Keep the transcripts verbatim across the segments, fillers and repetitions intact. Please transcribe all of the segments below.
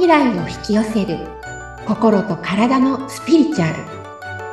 未来を引き寄せる心と体のスピリチュアル。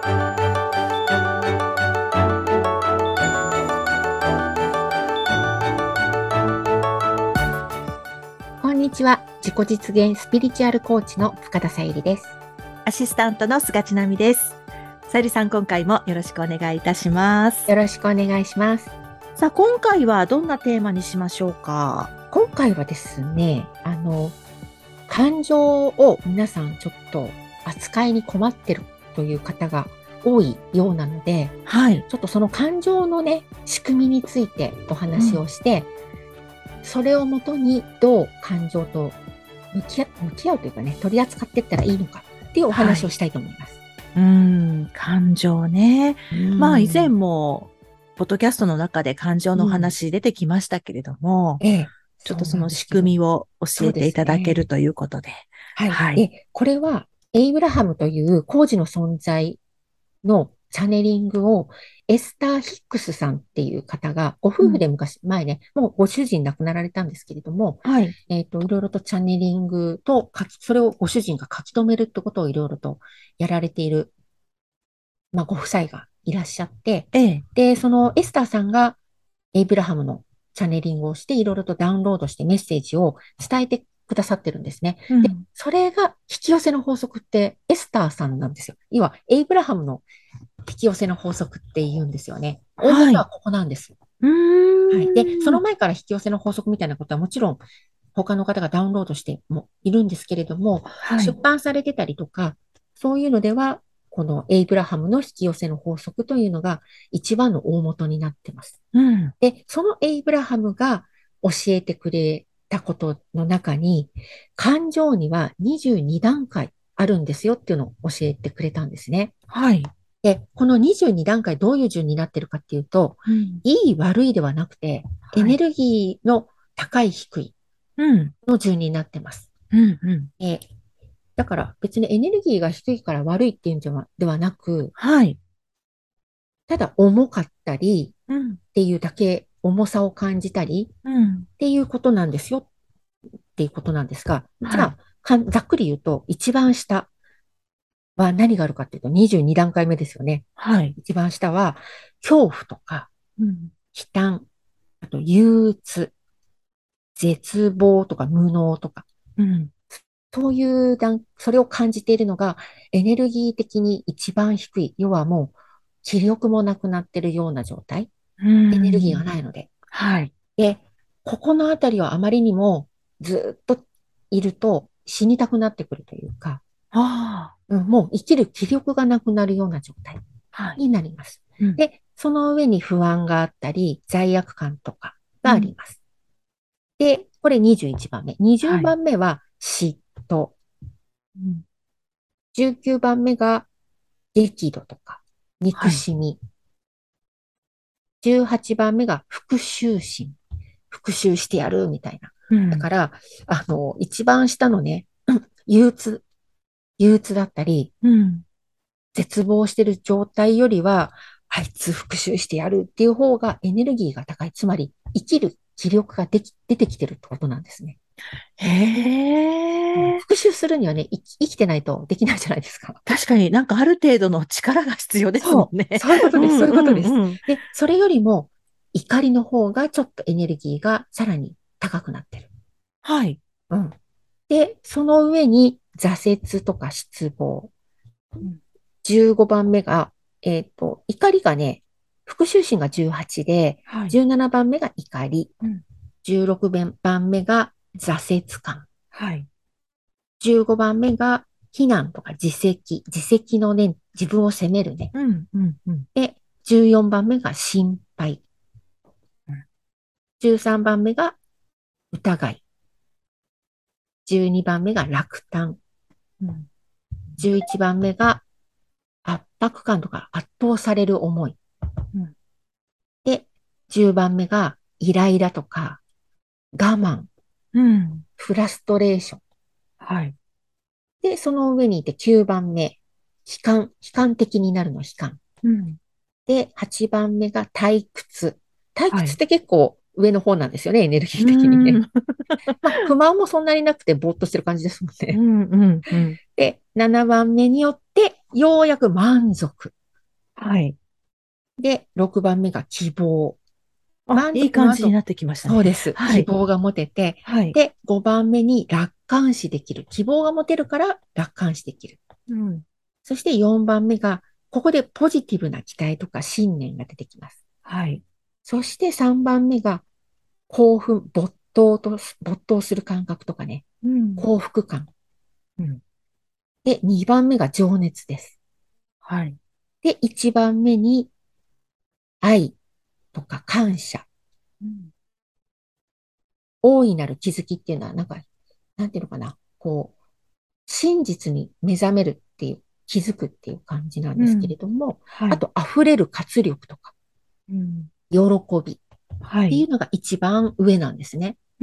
こんにちは。自己実現スピリチュアルコーチの深田さゆりです。 アシスタントの菅千奈美です。さゆりさん、今回もよろしくお願いいたします。 よろしくお願いします。 さあ、今回はどんなテーマにしましょうか。 今回はですね、あの感情を皆さんちょっと扱いに困ってるという方が多いようなので、 はい。 ちょっとその感情のね、仕組みについてお話をして、うん、それをもとにどう感情と向き合、向き合うというかね、取り扱っていったらいいのかっていうお話をしたいと思います。 はい、うーん、感情ね。まあ以前も、ポッドキャストの中で感情の話出てきましたけれども、うん、ええ、ちょっとその仕組みを教えていただけるということで。 はい。はい、で、これは、エイブラハムという工事の存在のチャネリングを、エスター・ヒックスさんっていう方が、ご夫婦で昔、うん、前ね、もうご主人亡くなられたんですけれども、はい。えっと、いろいろとチャネリングと書き、それをご主人が書き留めるってことをいろいろとやられている、まあ、ご夫妻がいらっしゃって、ええ、で、そのエスターさんがエイブラハムのチャネリングをして、いろいろとダウンロードしてメッセージを伝えてくださってるんですね。うん、で、それが引き寄せの法則ってエスターさんなんですよ。要は、エイブラハムの引き寄せの法則って言うんですよね。大元はここなんです。はい。はい、で、その前から引き寄せの法則みたいなことはもちろん他の方がダウンロードしてもいるんですけれども、はい、出版されてたりとか、そういうのでは、このエイブラハムの引き寄せの法則というのが一番の大元になってます。うん、で、そのエイブラハムが教えてくれたことの中に、感情にはにじゅうに段階あるんですよっていうのを教えてくれたんですね。はい。で、このにじゅうに段階どういう順になってるかっていうと、うん、いい悪いではなくて、エネルギーの高い低いの順になってます。うんうん、えだから別にエネルギーが低いから悪いっていうんではなく、はい、ただ重かったりっていうだけ重さを感じたりっていうことなんですよっていうことなんですが、じゃあ、ざっくり言うと一番下は何があるかっていうとにじゅうに段階目ですよね。はい、一番下は恐怖とか、うん、悲嘆、あと憂鬱、絶望とか無能とか、うん、そういう段、それを感じているのがエネルギー的に一番低い。要はもう気力もなくなっているような状態。エネルギーがないので。はい。で、ここのあたりはあまりにもずっといると死にたくなってくるというか、あうん、もう生きる気力がなくなるような状態になります。はいうん、で、その上に不安があったり、罪悪感とかがあります。うん、で、これにじゅういちばんめ。にじゅうばんめは嫉妬。うん、じゅうきゅうばんめが激怒とか憎しみ。はい、じゅうはちばんめが復讐心。復讐してやるみたいな。うん、だから、あの、一番下のね、憂鬱、憂鬱だったり、うん、絶望してる状態よりは、あいつ復讐してやるっていう方がエネルギーが高い。つまり、生きる気力ができ出てきてるってことなんですね。へー。復讐するにはね、生き、生きてないとできないじゃないですか。 確かになんかある程度の力が必要ですもんね。 そう、そういうことです。そういうことです。で、それよりも怒りの方がちょっとエネルギーがさらに高くなってる。はい。うん。で、その上に挫折とか失望。うん、じゅうごばんめが、えっと、怒りがね、復讐心がじゅうはちで、はい、じゅうななばんめが怒り、うん、じゅうろくばんめが挫折感、はい、じゅうごばんめが非難とか自責、自責の念、自分を責めるね。うんうんうん、で、じゅうよんばんめが心配、うん、じゅうさんばんめが疑い、じゅうにばんめが落胆、うん、じゅういちばんめが圧迫感とか圧倒される思い、うん、で、じゅうばんめがイライラとか我慢、うん、フラストレーション。はい。で、その上にいてきゅうばんめ、悲観、悲観的になるの悲観。うん、で、はちばんめが退屈。退屈って結構上の方なんですよね、エネルギーう的にね。 ん。 まあ、不満もそんなになくてぼーっとしてる感じですもんね。 うん、うん、うん。 で、ななばんめによって、ようやく満足。 はい。 で、ろくばんめが希望。 あ、 満いい足の後、 感じになってきましたね。 そうです。 はい。 希望が持てて、 はい。 で、ごばんめに楽観視できる。希望が持てるから楽観視できる。 うん。 そしてよんばんめが、ここでポジティブな期待とか信念が出てきます。 はい。 そしてさんばんめが、興奮、没頭と、没頭する感覚とかね、 うん。 幸福感。 うん。 で、にばんめが情熱です。 はい。 で、いちばんめに愛とか感謝。 うん。 大いなる気づきっていうのは、なんか、なんていうのかな、こう、真実に目覚めるっていう、気づくっていう感じなんですけうん。 れども、 はい。 あと、溢れる活力とか、 うん。 喜びっていはい。 うのが一番上なんですね。 うん。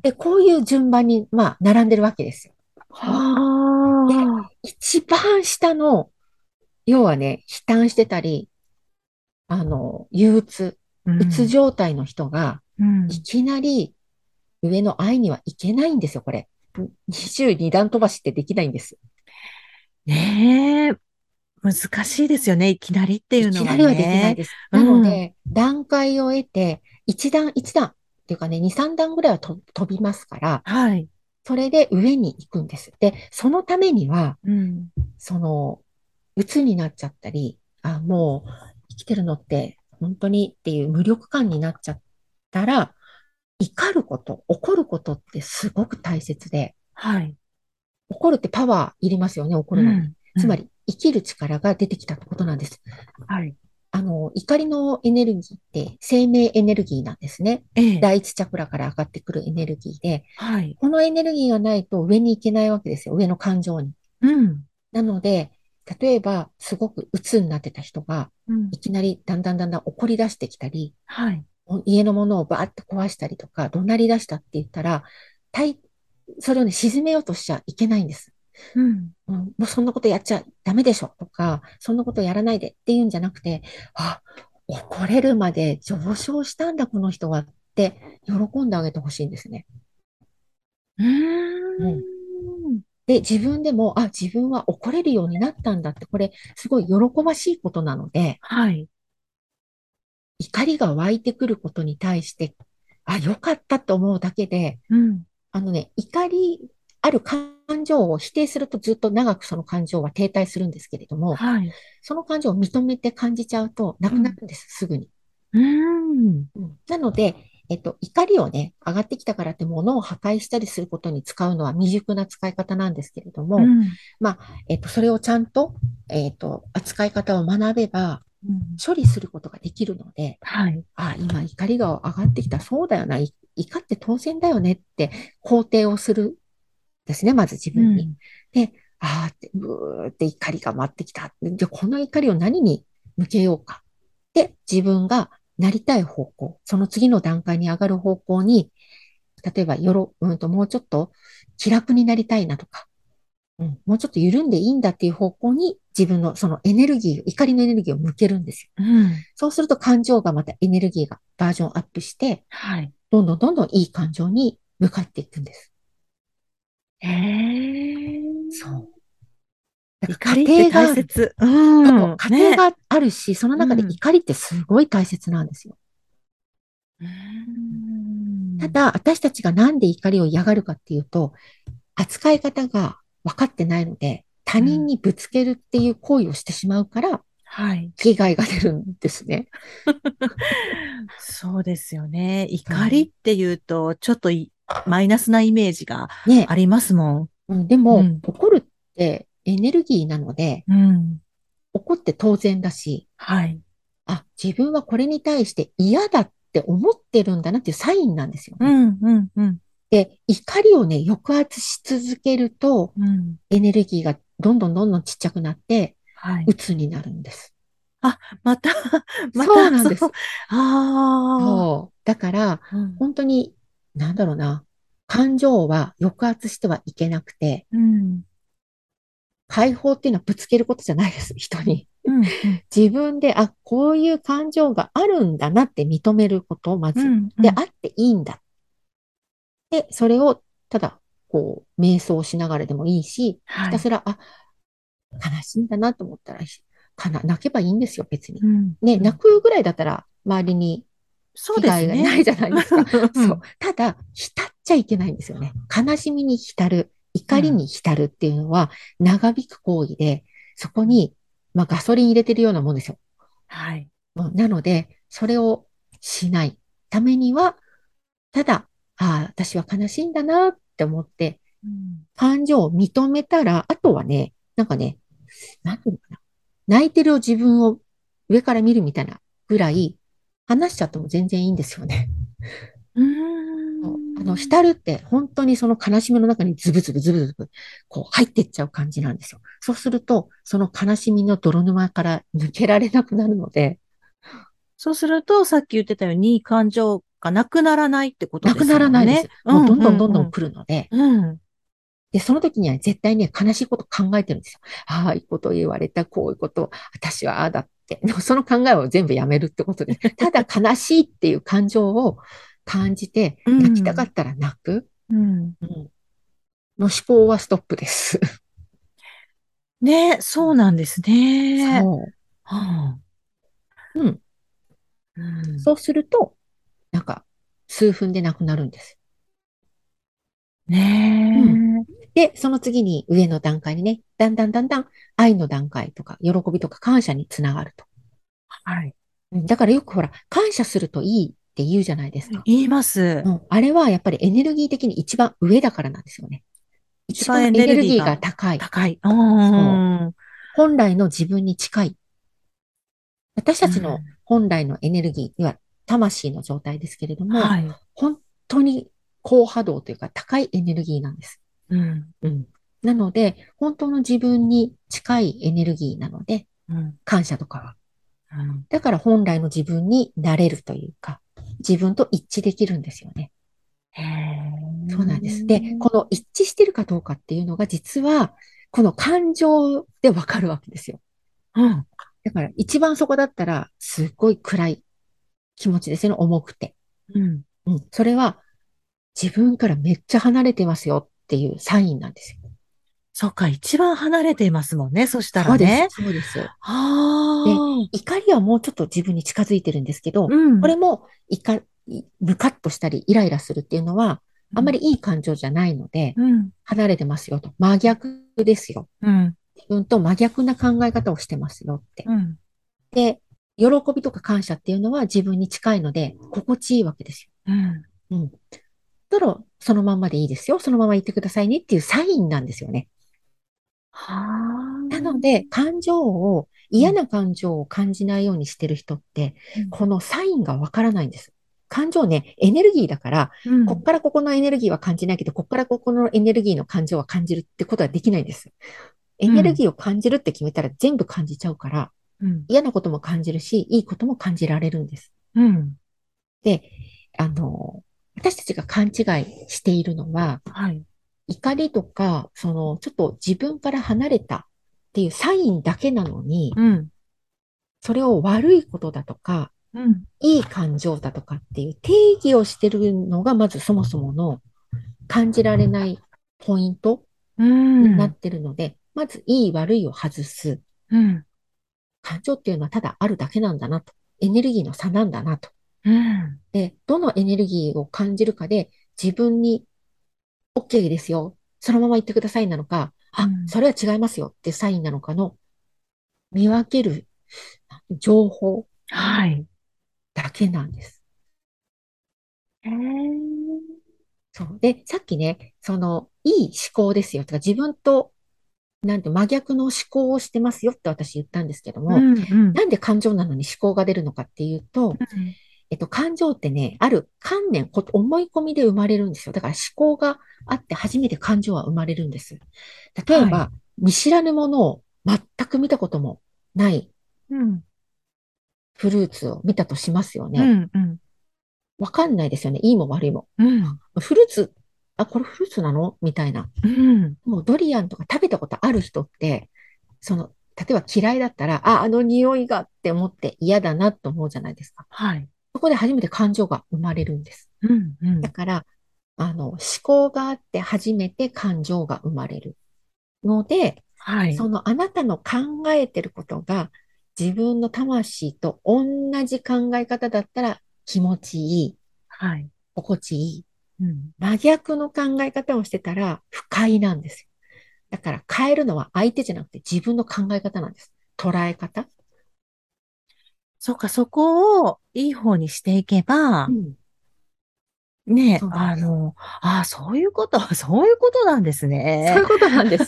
で、こういう順番に、まあ、並んでるわけですよ。で、 はあ。 一番下の、要はね、悲嘆してたり、あの、憂鬱、うつうん。 状態の人が、 うん。 いきなり上の愛にはいけないんですよ、これ。にじゅうに段飛ばしってできないんです。 ねえ、難しいですよね。いきなりっていうのはいきなりはできないね。 です。なのうん。 で、段階を得て、一段一段っていうかね、に、さん段ぐらいはと飛びますから、 はい。 それで上に行くんです。で、そのためには、 うん。 その、鬱になっちゃったり、あ、もう生きてるのって本当にっていう無力感になっちゃったら、怒ること、怒ることってすごく大切で、 はい。 怒るってパワーいりますよね、怒るのに。 うん。うん。 つまり、生きる力が出てきたってことなんです。 はい。 あの、怒りのエネルギーって生命エネルギーなんですね。 ええ。 第一チャクラから上がってくるエネルギーで、 はい。 このエネルギーがないと上に行けないわけですよ。上の感情に。 うん。 なので、例えば、すごく鬱になってた人が、 うん。 いきなりだんだんだんだん怒り出してきたり、 はい。 家のものをバーって壊したりとか、怒鳴り出したって言ったら、大それをね、沈めようとしちゃいけないんです。 うん。 うん、もうそんなことやっちゃダメでしょとか、そんなことやらないでっていうんじゃなくて、あ、怒れるまで上昇したんだ、この人はって喜んであげてほしいんですね。 ううん。 ーん。 で、自分でも、あ、自分は怒れるようになったんだって、これ、すごい喜ばしいことなので、 はい。 怒りが湧いてくることに対して、あ、よかったと思うだけで、 うん。 あのね、怒りある感情を否定するとずっと長くその感情は停滞するんですけれども、 はい。 その感情を認めて感じちゃうとなうん。 くなるんです、すぐに。 うーん。 うん、なので、えっと、怒りをね、上がってきたからって物を破壊したりすることに使うのは未熟な使い方なんですけれども、 うん。 まあ、えっと、それをちゃんと、えっと、扱い方を学べば、 うん。 処理することができるので、 はい。 あ、今怒りが上がってきた。そうだよな。い怒って当然だよねって肯定をするんですね。まず自分に。 うん。 で、あーって、ブーって怒りが回ってきた。じゃあこの怒りを何に向けようか。で、自分がなりたい方向、その次の段階に上がる方向に、例えば、よろ、うんと、もうちょっと気楽になりたいなとか、うん、もうちょっと緩んでいいんだっていう方向に自分のそのエネルギー、怒りのエネルギーを向けるんですよ。 うん。 そうすると感情がまたエネルギーがバージョンアップして、 はい。 どんどんどんどんいい感情に向かっていくんです。 へえ。 そう。だから怒りって家庭がある。 大切。うそう、 ん。ね。 家庭があるし、その中でうん。 怒りってすごい大切なんですよ。 うーん。 ただ、私たちがなんで怒りを嫌がるかっていうと、扱い方が分かってないので、他うん。 人にぶつけるっていう行為をしてしまうから、 はい。 被害が出るんですね。 そうですよね。 そ怒りっていうと、ちょっといマイナスなイメージがう。ね。 ありますもん。 うん、でも、 うん。 怒るってエネルギーなので、 うん。 怒って当然だし、 はい。 あ、自分はこれに対して嫌だって思ってるんだなっていうサインなんですよね。 うん、うん、うん。 で、怒りをね、抑圧し続けると、 うん。 エネルギーがどんどんどんどんちっちゃくなって、 はい。 鬱になるんです。 あ、またまた、そう、 そうなんです。 ああ、 そう。だから、 うん、 本当に、なんだろうな。感情は抑圧してはいけなくて、 うん。 解放っていうのはぶつけることじゃないです、人に。 うん、うん、 自分で、あ、こういう感情があるんだなって認めること、まず。 うん、うで、 ん。 あっていいんだ。で、それを、ただ、こう、瞑想しながらでもいいし、ひはい。 たすら、あ、悲しいんだなと思ったら、かな、泣けばいいんですよ、別に。 うん、 ね、泣うん。 くぐらいだったら、周りにそう被ですね。 害がないじゃないですか。そう。 うん、 ただ、浸っちゃいけないんですよね。悲しみに浸る、怒りうん。 に浸るっていうのは、長引く行為で、そこに、まあ、ガソリン入れてるようなもんですよ。 はい。 うんなので、それをしないためには、ただ、ああ、私は悲しいんだなって思って、 うん、 感情を認めたら、あとはね、なんかね、なんていうのかな。泣いてる自分を上から見るみたいなぐらい、話しちゃっても全然いいんですよね。 うーそうあの、 ん。 浸るって本当にその悲しみの中にズブズブズブズブ、こう入っていっちゃう感じなんですよ。そうすると、その悲しみの泥沼から抜けられなくなるので、 そうすると、さっき言ってたように、感情がなくならないってことですなくならもんね。 ないです。もうどんうん、うん、うん。 どんどんどん来るので、 うん。 で、その時には絶対ね、悲しいこと考えてるんですよ。ああいうこと言われた、こういうこと、私はああだって。でもその考えを全部やめるってことです。ただ悲しいっていう感情を感じて、 う泣きたかん。 ったら泣く。 うん。 うん、の思考はストップです。 ね、そうなんですね。 そはあ、 う。うん。 うん。 そうすると、なんか、数分でなくなるんです。うん。 ねえ。 で、その次に上の段階にね、だんだんだんだん愛の段階とか、喜びとか感謝につながると。 はい。 うんだからよくほら、感謝するといいって言うじゃないですか。 言います。 うん。あれはやっぱりエネルギー的に一番上だからなんですよね。一番一番エネエネルギールギーがが高い。 高い。うそう。 ん。うん。 本来の自分に近い。私たちの本来のエネルギーには魂の状態ですけれども、 はい。 本当に高波動というか高いエネルギーなんです。 うん。 うん。なので、本当の自分に近いエネルギーなので、 うん。 感謝とかは。 うん。 だから本来の自分になれるというか、自分と一致できるんですよね。 へえ。 そうなんです。で、この一致してるかどうかっていうのが実は、この感情でわかるわけですよ。 うん。 だから一番そこだったら、すっごい暗い気持ちですよね、重くて。 うん。 うん。それは自分からめっちゃ離れてますよっていうサインなんですよ。 そっか、一番離れていますもんね。そしたそうです、 らね。 そうです。で、 はあ。 怒りはもうちょっと自分に近づいてるんですけど、 うん。 これも怒り、ムカッとしたりイライラするっていうのは、あまりいい感情じゃないので、 うん。 離れてますよと。真逆ですよ。 うん。 自分と真逆な考え方をしてますよって。 うん。 で、喜びとか感謝っていうのは自分に近いので、心地いいわけですうん。 よ。うん。だから、そのまんまでいいですよ。そのまま言ってくださいねっていうサインなんですよね。 はあ。 なので、感情を、 うん。 嫌な感情を感じないようにしてる人って、 うん。 このサインがわからないんです。感情ね、エネルギーだから、 うん。 こっからここのエネルギーは感じないけど、こっからここのエネルギーの感情は感じるってことはできないんです。エうん。 ネルギーを感じるって決めたら全部感じちゃうから、 うん。 嫌なことも感じるし、いいことも感じられるんです。 うん。 で、あの、私たちが勘違いしているのは、 はい。 怒りとか、その、ちょっと自分から離れたっていうサインだけなのに、 うん。 それを悪いことだとか、 うん。 いい感情だとかっていう定義をしてるのが、まずそもそもの感じられないポイントうん。 になってるので、まずいい悪いを外す。 うん。 感情っていうのはただあるだけなんだなと。エネルギーの差なんだなと。 うん。 で、どのエネルギーを感じるかで自分に OK ですよ。そのまま言ってくださいなのか、あ、 うん。 それは違いますよってサインなのかの見分ける情報はい。 だけなんです。 へえ。 そう。で、さっきね、その、いい思考ですよとか、自分と、なんて真逆の思考をしてますよって私言ったんですけども、 うん。うん。 なんで感情なのに思考が出るのかっていうと、 うん。 えっと、感情ってね、ある観念、こ思い込みで生まれるんですよ。だから思考があって初めて感情は生まれるんです。例えはい。 ば、見知らぬものを全く見たこともないうん。 フルーツを見たとしますよね。 うん。うん。 わかんないですよね。いいも悪いも。 うん。 フルーツ、あ、これフルーツなのみたいな。 うん。 もうドリアンとか食べたことある人って、その、 例えば嫌いだったら、あ、あの匂いがって思って嫌だなと思うじゃないですか。 はい。 そこで初めて感情が生まれるんです。 うん、うん。 だから、あの、思考があって初めて感情が生まれるので、 はい。 そのあなたの考えてることが自分の魂と同じ考え方だったら気持ちいい、 はい。 心地いい。 うん。 真逆の考え方をしてたら不快なんですよ。だから変えるのは相手じゃなくて自分の考え方なんです。捉え方。 そうか、そこをいい方にしていけば、 うん。 ね、 そうなんです。 あの、ああ、そういうこと、そういうことなんですね。 そういうことなんです。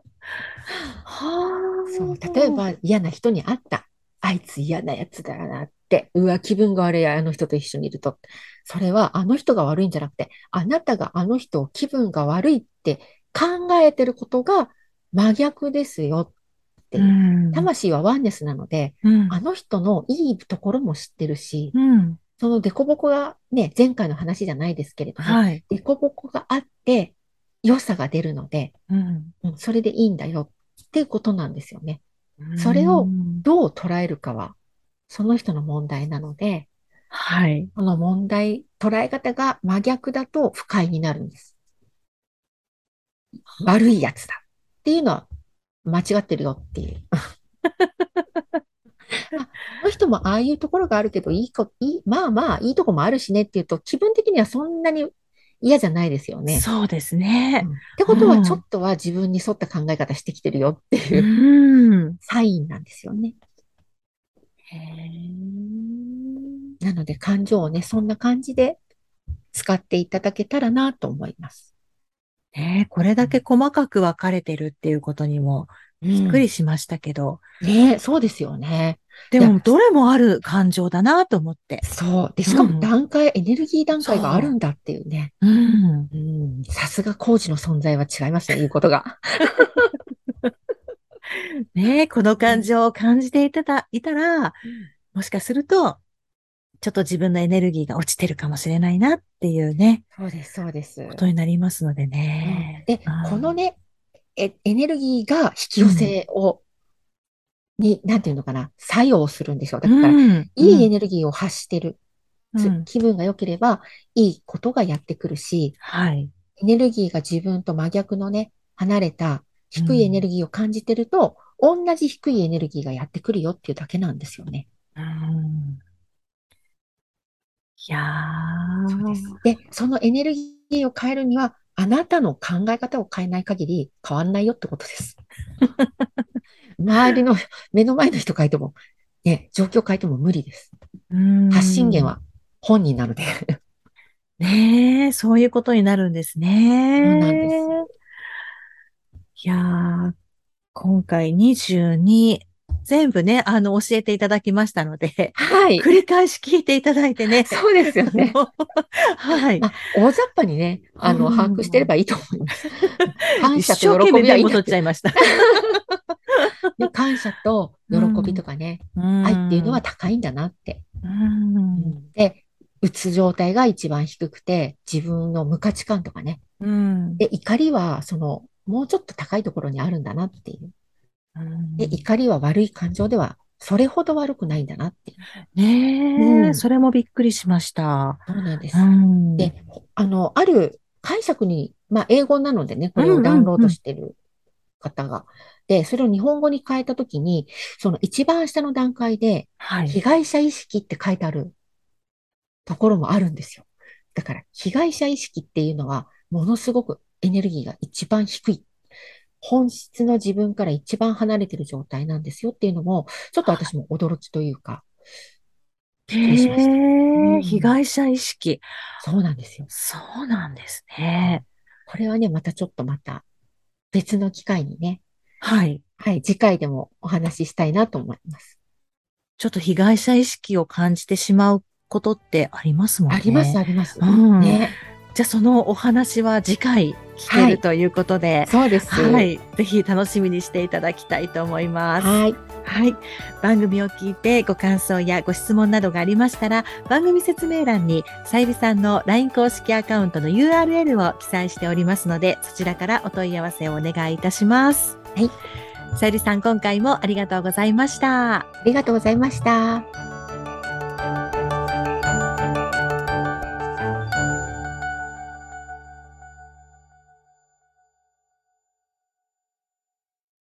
そう。例えはば嫌な人に会った。あいつ嫌なやつだなって。うわ、気分が悪い、あの人と一緒にいると。それはあの人が悪いんじゃなくて、あなたがあの人を気分が悪いって考えてることが真逆ですよってあ、ういう。 ん、 魂はワンネスなので、 うん、 あの人のいいところも知ってるし、 うん、 その凸凹がね、前回の話じゃないですけれども、 はい、 凸凹があって良さが出るので、 うん、 うん、それでいいんだよっていうことなんですよね。 うそれをん、 どう捉えるかは、その人の問題なので、 はい。 この問題、捉え方が真逆だと不快になるんです。悪いやつだっていうのは間違ってるよっていう。あ、あの人もああいうところがあるけど、いいこ、いい、まあまあ、いいとこもあるしねっていうと、気分的にはそんなに嫌じゃないですよね。 そうですね。 うん、ってことは、ちょうん、 っとは自分に沿った考え方してきてるよってういうん。 サインなんですよね。 へえ。 なので、感情をね、そんな感じで使っていただけたらなと思います。 ねえ、これだけ細かく分かれてるっていうことにもうびっくりん。 しましたけど、 ねえ、そうですよね。いや、 でもどれもある感情だなと思って。 そう。で、しかもうん。 段階、エネルギー段階があるそんだっていうね。 う。うん。 うん。さすがコーチの存在は違いますね、言うことが。 ねえ、この感うん。 情を感じていただ、いたら、 うん、 もしかすると、ちょっと自分のエネルギーが落ちてるかもしれないなっていうね、 そうです、そうです。 ことになりますのでうん。 ね。 で、 うん。 このね、え、エネルギーが引き寄うん。 せを、に、なんていうのかな、作用するんでしょう。だうから、 ん。ういいエん。 ネルギーを発してる。つうん。 気分が良ければ、いいことがやってくるし、 はい。 エネルギーが自分と真逆のね、離れた低いエネうん。 ルギーを感じてると、同じ低いエネルギーがやってくるよっていうだけなんですよね。 うん。いやそうです。 ー。 で、そのエネルギーを変えるには、あなたの考え方を変えない限り変わんないよってことです。周りの、目の前の人変えても、ね、状況変えても無理です。 う発信源ん。 は本人なので。 ねえ、そういうことになるんですそうなんでね。 す。 いやー、今回にじゅうに、全部ね、あの、教えていただきましたので、 はい。 繰り返し聞いていただいてね、 そうですよね。 あの、はい。 まあ、大雑把にね、あの、把握してれうん、 ばいいと思います。感一謝と生懸命喜びメモ取っはいいんだって。 ちゃいました。 で、感謝と喜うん、 びとかね、 う愛っていうのん、 は高いんだなって。 うん、 うん、で、うつ状態が一番低くて、自分の無価値観とかね。 うん、 で、怒りは、その、もうちょっと高いところにあるんだなっていう。 うで、 ん。 怒りは悪い感情では、それほど悪くないんだなっていう。 ねえ、 うん。 それもびっくりしました。 そうなんでうす。 ん、うん、 で、あの、ある解釈に、まあ、英語なのでね、こうれをダウンん、 ローうん。 ドしてる方が。で、それを日本語に変えたときに、その一番下の段階で、 はい。 被害者意識って書いてあるところもあるんですよ。だから、被害者意識っていうのは、ものすごくエネルギーが一番低い。本質の自分から一番離れてる状態なんですよっていうのも、ちょっと私も驚きというか、びっくりしました。うへえ、被ん。 害者意識。 そうなんですよ。 そうなんですうん、 ね。 これはね、またちょっとまた別の機会にね、 はい。 はい、次回でもお話ししたいなと思います。 ちょっと被害者意識を感じてしまうことってありますもあります、 んね。 あります。 うん。 ね。 じゃあそのお話は次回聞けはい。 るということで、 そうです。 はい。ぜひ楽しみにしていただきたいと思います。 はい。 はい。番組を聞いてご感想やご質問などがありましたら、番組説明欄にさゆりさんの ライン 公式アカウントの ユーアールエル を記載しておりますので、そちらからお問い合わせをお願いいたします。 はい。 さゆりさん、今回もありがとうございました。 ありがとうございました。